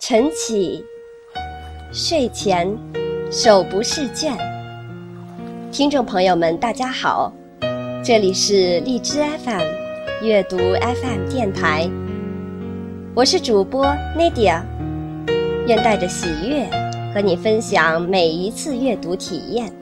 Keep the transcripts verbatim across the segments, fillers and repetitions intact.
晨起，睡前，手不释卷。听众朋友们，大家好，这里是荔枝 F M 阅读 F M 电台，我是主播 Nadia， 愿带着喜悦和你分享每一次阅读体验。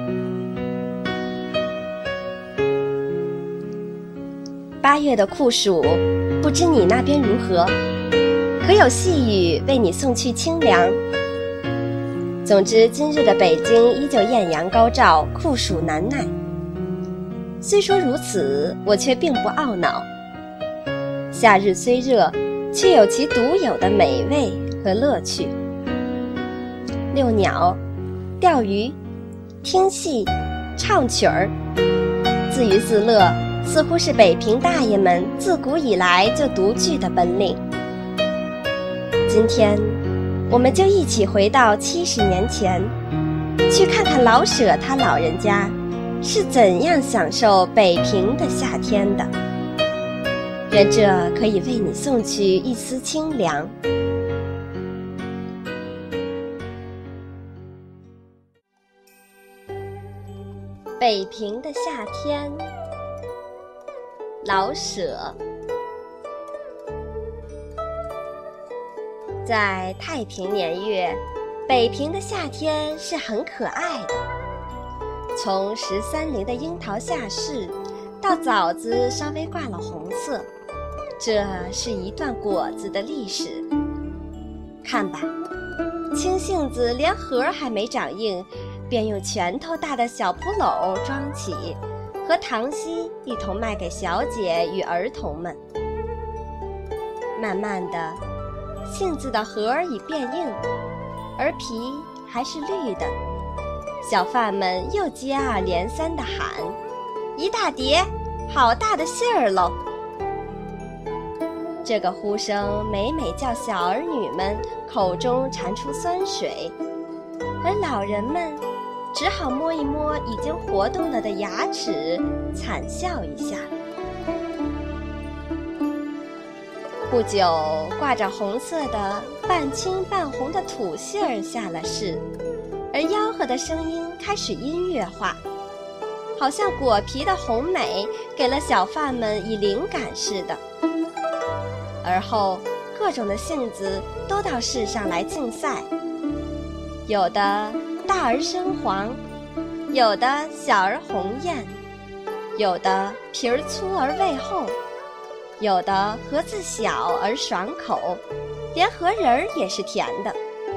八月的酷暑，不知你那边如何？可有细雨为你送去清凉？总之，今日的北京依旧艳阳高照，酷暑难耐。虽说如此，我却并不懊恼。夏日虽热，却有其独有的美味和乐趣。遛鸟、钓鱼、听戏、唱曲儿，自娱自乐，似乎是北平大爷们自古以来就独具的本领。今天，我们就一起回到七十年前，去看看老舍他老人家是怎样享受北平的夏天的。愿这可以为你送去一丝清凉。北平的夏天，老舍。在太平年月，北平的夏天是很可爱的。从十三陵的樱桃下市，到枣子稍微挂了红色，这是一段果子的历史。看吧，青杏子连核还没长硬，便用拳头大的小蒲篓装起，和糖稀一同卖给小姐与儿童们。慢慢的，杏子的核已变硬，而皮还是绿的。小贩们又接二连三地喊：“一大碟，好大的杏儿喽！”这个呼声每每叫小儿女们口中馋出酸水，而老人们只好摸一摸已经活动了的牙齿，惨笑一下。不久，挂着红色的半青半红的土杏儿下了市，而吆喝的声音开始音乐化，好像果皮的红美给了小贩们以灵感似的。而后，各种的杏子都到市上来竞赛，有的大而深黄，有的小而红艳，有的皮儿粗而味厚，有的核子小而爽口，连核仁儿也是甜的。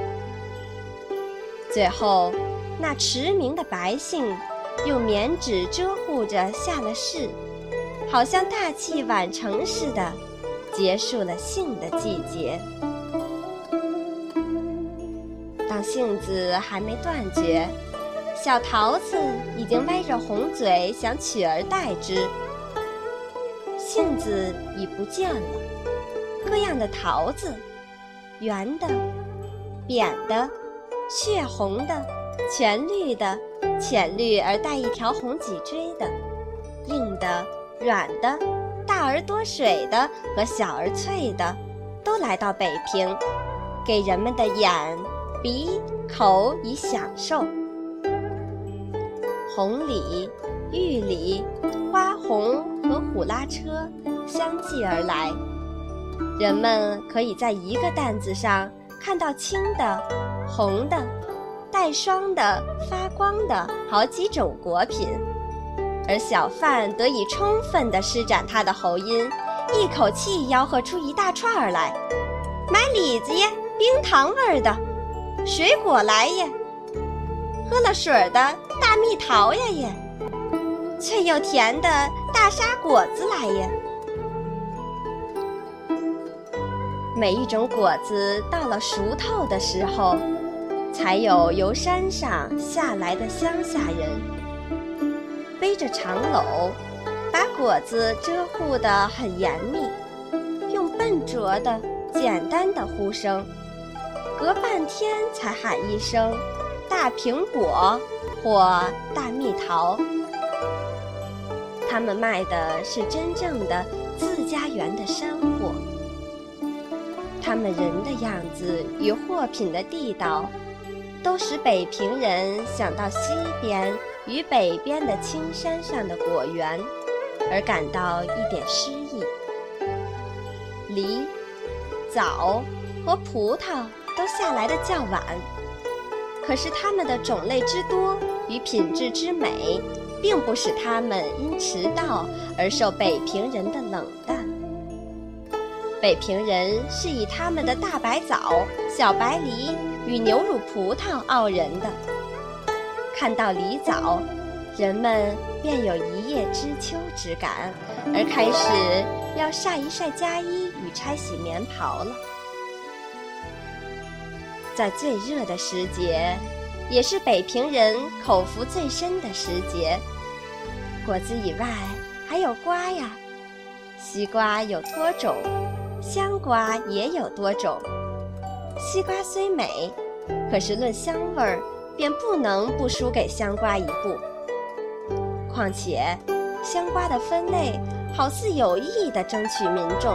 最后，那驰名的白杏用棉纸遮护着下了市，好像大器晚成似的，结束了杏的季节。当杏子还没断绝，小桃子已经歪着红嘴想取而代之。杏子已不见了，各样的桃子，圆的、扁的、血红的、全绿的、浅绿而带一条红脊椎的，硬的、软的、大而多水的和小而脆的，都来到北平，给人们的眼、鼻、口以享受。红李、玉李、花红和虎拉车相继而来，人们可以在一个担子上看到青的、红的、带霜的、发光的好几种果品，而小贩得以充分地施展他的喉音，一口气吆喝出一大串儿来：“买李子耶，冰糖味儿的；水果来耶，喝了水的大蜜桃呀耶，脆又甜的大沙果子来耶。”每一种果子到了熟透的时候，才有由山上下来的乡下人，背着长篓，把果子遮护得很严密，用笨拙的、简单的呼声，隔半天才喊一声“大苹果”或“大蜜桃”。他们卖的是真正的自家园的山货。 他们人的样子与货品的地道，都使北平人想到西边与北边的青山上的果园，而感到一点诗意。梨、枣和葡萄都下来的较晚，可是它们的种类之多与品质之美，并不使它们因迟到而受北平人的冷淡。北平人是以他们的大白枣、小白梨与牛乳葡萄傲人的。看到梨枣，人们便有一叶知秋之感，而开始要晒一晒家衣与拆洗棉袍了。在最热的时节，也是北平人口福最深的时节，果子以外还有瓜呀。西瓜有多种，香瓜也有多种。西瓜虽美，可是论香味儿，便不能不输给香瓜一步。况且，香瓜的分类好似有意地争取民众。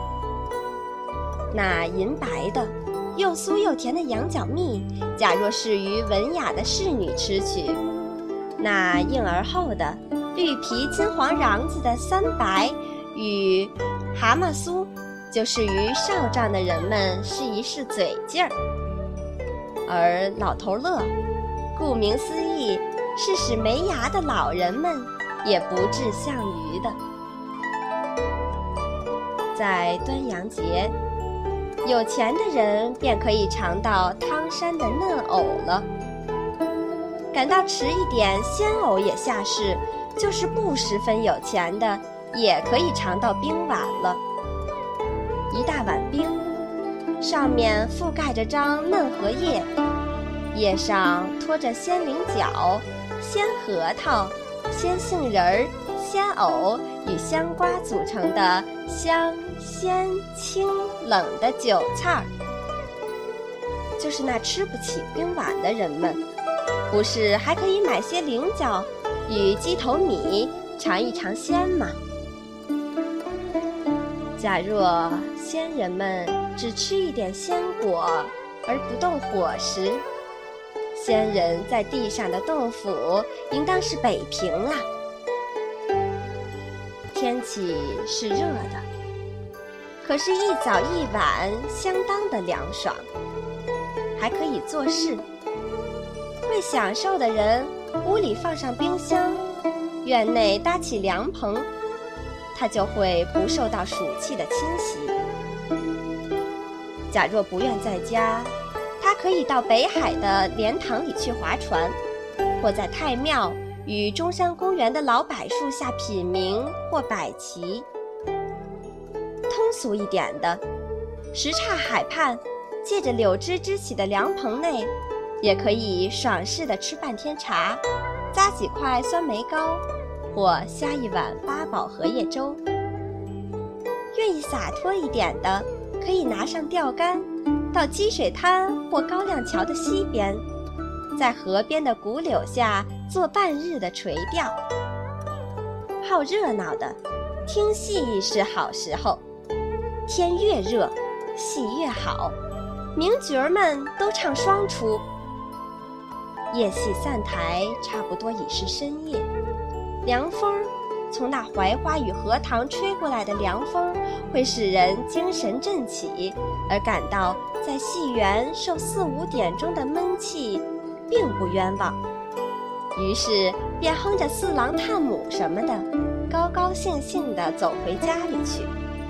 那银白的、又酥又甜的羊角蜜，假若适于文雅的侍女吃取；那硬而厚的、绿皮金黄瓤子的三白与蛤蟆酥，就适于少壮的人们试一试嘴劲儿。而老头乐，顾名思义，是使没牙的老人们也不致像鱼的。在端阳节，有钱的人便可以尝到汤山的嫩藕了。感到迟一点鲜藕也下市，就是不十分有钱的，也可以尝到冰碗了。一大碗冰，上面覆盖着张嫩荷叶，叶上托着鲜菱角、鲜核桃、鲜杏仁儿、鲜藕与香瓜组成的香、鲜、清、冷的韭菜儿。就是那吃不起冰碗的人们，不是还可以买些菱角与鸡头米尝一尝鲜吗？假若仙人们只吃一点鲜果而不动伙食，仙人在地上的洞府应当是北平啊。天气是热的，可是一早一晚相当的凉爽，还可以做事。会享受的人，屋里放上冰箱，院内搭起凉棚，他就会不受到暑气的侵袭。假若不愿在家，他可以到北海的莲塘里去划船，或在太庙与中山公园的老柏树下品茗或摆棋。通俗一点的，什刹海畔，借着柳枝支起的凉棚内，也可以爽适地吃半天茶，咂几块酸梅糕，或呷一碗八宝荷叶粥。愿意洒脱一点的，可以拿上钓竿，到积水滩或高亮桥的西边，在河边的古柳下做半日的垂钓。好热闹的，听戏是好时候，天越热，戏越好，名角儿们都唱双出。夜戏散台，差不多已是深夜，凉风从那槐花与荷塘吹过来的凉风，会使人精神振起，而感到在戏园受四五点钟的闷气并不冤枉，于是便哼着四郎探母什么的，高高兴兴地走回家里去。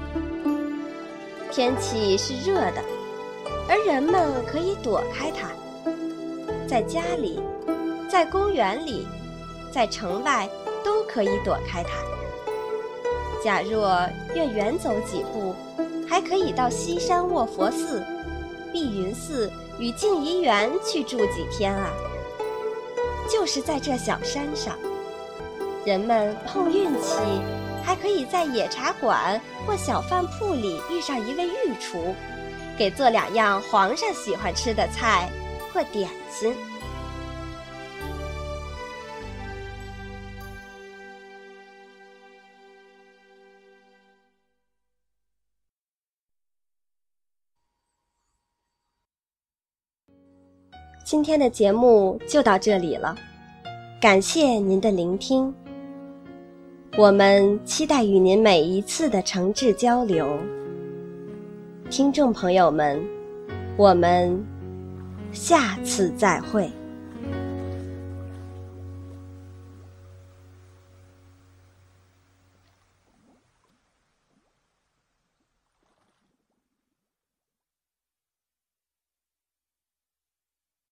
天气是热的，而人们可以躲开它，在家里，在公园里，在城外都可以躲开它。假若愿远走几步，还可以到西山卧佛寺、碧云寺与静怡园去住几天啊。就是在这小山上，人们碰运气，还可以在野茶馆或小饭铺里遇上一位御厨，给做两样皇上喜欢吃的菜或点心。 今天的节目就到这里了，感谢您的聆听。我们期待与您每一次的诚挚交流。听众朋友们，我们下次再会。